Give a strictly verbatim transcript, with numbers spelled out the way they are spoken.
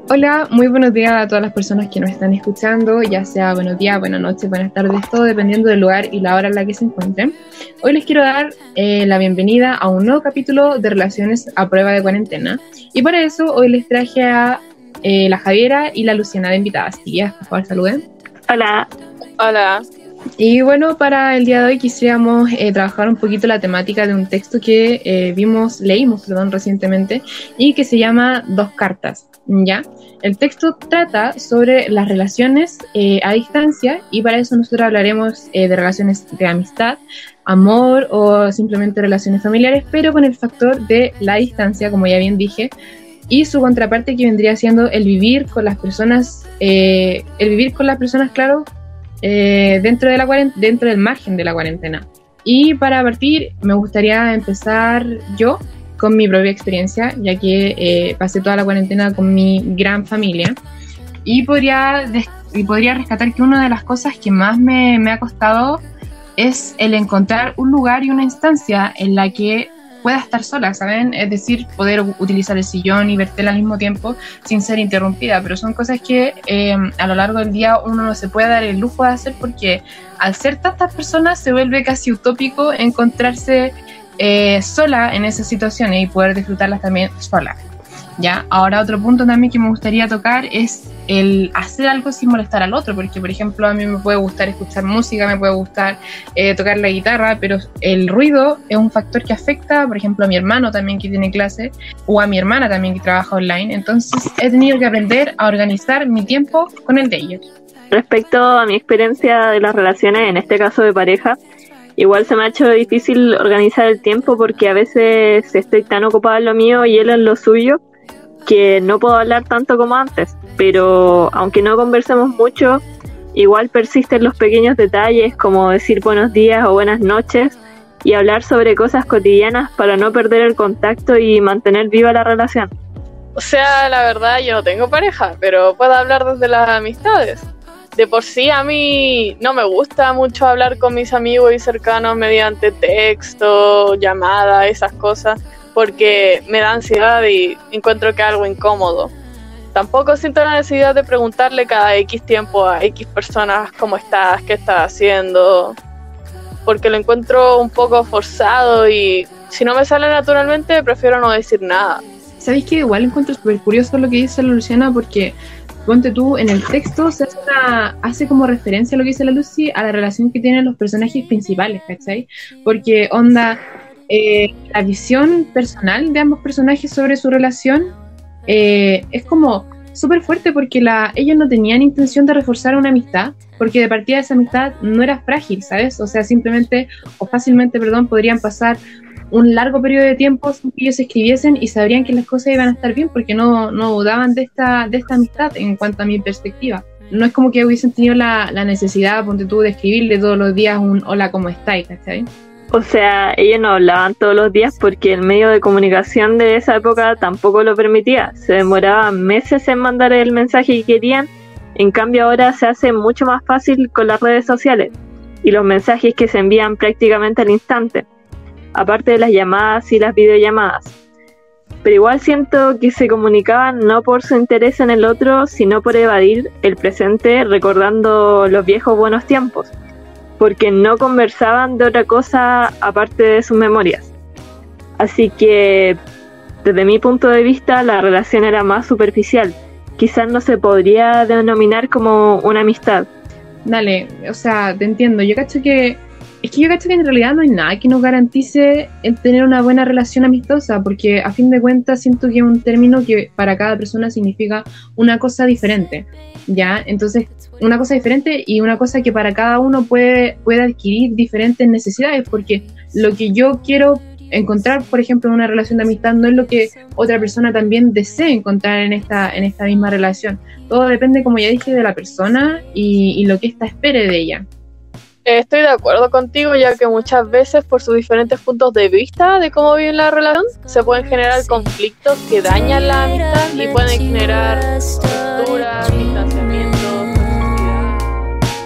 Hola, muy buenos días a todas las personas que nos están escuchando, ya sea buenos días, buenas noches, buenas tardes, todo dependiendo del lugar y la hora en la que se encuentren. Hoy les quiero dar eh, la bienvenida a un nuevo capítulo de Relaciones a Prueba de Cuarentena, y por eso hoy les traje a eh, la Javiera y la Luciana de invitadas. Tías, por favor, saluden. Hola. Hola. Y bueno, para el día de hoy quisiéramos eh, trabajar un poquito la temática de un texto que eh, vimos, leímos, perdón, recientemente, y que se llama Dos cartas, ¿ya? El texto trata sobre las relaciones eh, a distancia, y para eso nosotros hablaremos eh, de relaciones de amistad, amor o simplemente relaciones familiares, pero con el factor de la distancia, como ya bien dije, y su contraparte que vendría siendo el vivir con las personas, eh, el vivir con las personas, claro, Eh, dentro de la cuarent- dentro del margen de la cuarentena. Y para partir me gustaría empezar yo con mi propia experiencia, ya que eh, pasé toda la cuarentena con mi gran familia, y podría, des- y podría rescatar que una de las cosas que más me, me ha costado es el encontrar un lugar y una instancia en la que pueda estar sola, ¿saben? Es decir, poder utilizar el sillón y ver tele al mismo tiempo sin ser interrumpida, pero son cosas que eh, a lo largo del día uno no se puede dar el lujo de hacer, porque al ser tantas personas se vuelve casi utópico encontrarse eh, sola en esas situaciones y poder disfrutarlas también sola. ¿Ya? Ahora, otro punto también que me gustaría tocar es el hacer algo sin molestar al otro, porque por ejemplo a mí me puede gustar escuchar música, me puede gustar eh, tocar la guitarra, pero el ruido es un factor que afecta, por ejemplo, a mi hermano también que tiene clase, o a mi hermana también que trabaja online. Entonces he tenido que aprender a organizar mi tiempo con el de ellos. Respecto a mi experiencia de las relaciones, en este caso de pareja, igual se me ha hecho difícil organizar el tiempo porque a veces estoy tan ocupada en lo mío y él en lo suyo que no puedo hablar tanto como antes, pero aunque no conversemos mucho, igual persisten los pequeños detalles como decir buenos días o buenas noches y hablar sobre cosas cotidianas para no perder el contacto y mantener viva la relación. O sea, la verdad yo no tengo pareja, pero puedo hablar desde las amistades. De por sí a mí no me gusta mucho hablar con mis amigos y cercanos mediante texto, llamada, esas cosas, porque me da ansiedad y encuentro que es algo incómodo. Tampoco siento la necesidad de preguntarle cada X tiempo a X personas cómo estás, qué estás haciendo, porque lo encuentro un poco forzado y si no me sale naturalmente prefiero no decir nada. ¿Sabéis que igual encuentro súper curioso lo que dice la Luciana? Porque ponte tú, en el texto se hace, una, hace como referencia a lo que dice la Lucy, a la relación que tienen los personajes principales, ¿cachai? Porque onda, eh, la visión personal de ambos personajes sobre su relación eh, es como súper fuerte, porque la, ellos no tenían intención de reforzar una amistad, porque de partida esa amistad no era frágil, ¿sabes? O sea, simplemente o fácilmente, perdón, podrían pasar un largo periodo de tiempo sin que ellos se escribiesen y sabrían que las cosas iban a estar bien, porque no, no dudaban de esta, de esta amistad en cuanto a mi perspectiva. No es como que hubiesen tenido la, la necesidad, ponte tú, de escribirle todos los días un hola, ¿cómo estáis? ¿Cachai? O sea, ellos no hablaban todos los días porque el medio de comunicación de esa época tampoco lo permitía. Se demoraban meses en mandar el mensaje que querían. En cambio ahora se hace mucho más fácil con las redes sociales y los mensajes que se envían prácticamente al instante, aparte de las llamadas y las videollamadas. Pero igual siento que se comunicaban no por su interés en el otro, sino por evadir el presente recordando los viejos buenos tiempos, porque no conversaban de otra cosa aparte de sus memorias. Así que, desde mi punto de vista, la relación era más superficial. Quizás no se podría denominar como una amistad. Dale, o sea, te entiendo. Yo cacho que Es que yo cacho que en realidad no hay nada que nos garantice el tener una buena relación amistosa, porque a fin de cuentas siento que es un término que para cada persona significa una cosa diferente, ¿ya? Entonces, una cosa diferente y una cosa que para cada uno puede, puede adquirir diferentes necesidades, porque lo que yo quiero encontrar, por ejemplo, en una relación de amistad no es lo que otra persona también desee encontrar en esta, en esta misma relación. Todo depende, como ya dije, de la persona y, y lo que ésta espere de ella. Estoy de acuerdo contigo, ya que muchas veces por sus diferentes puntos de vista de cómo vive la relación se pueden generar conflictos que dañan la amistad y pueden generar rupturas, distanciamientos.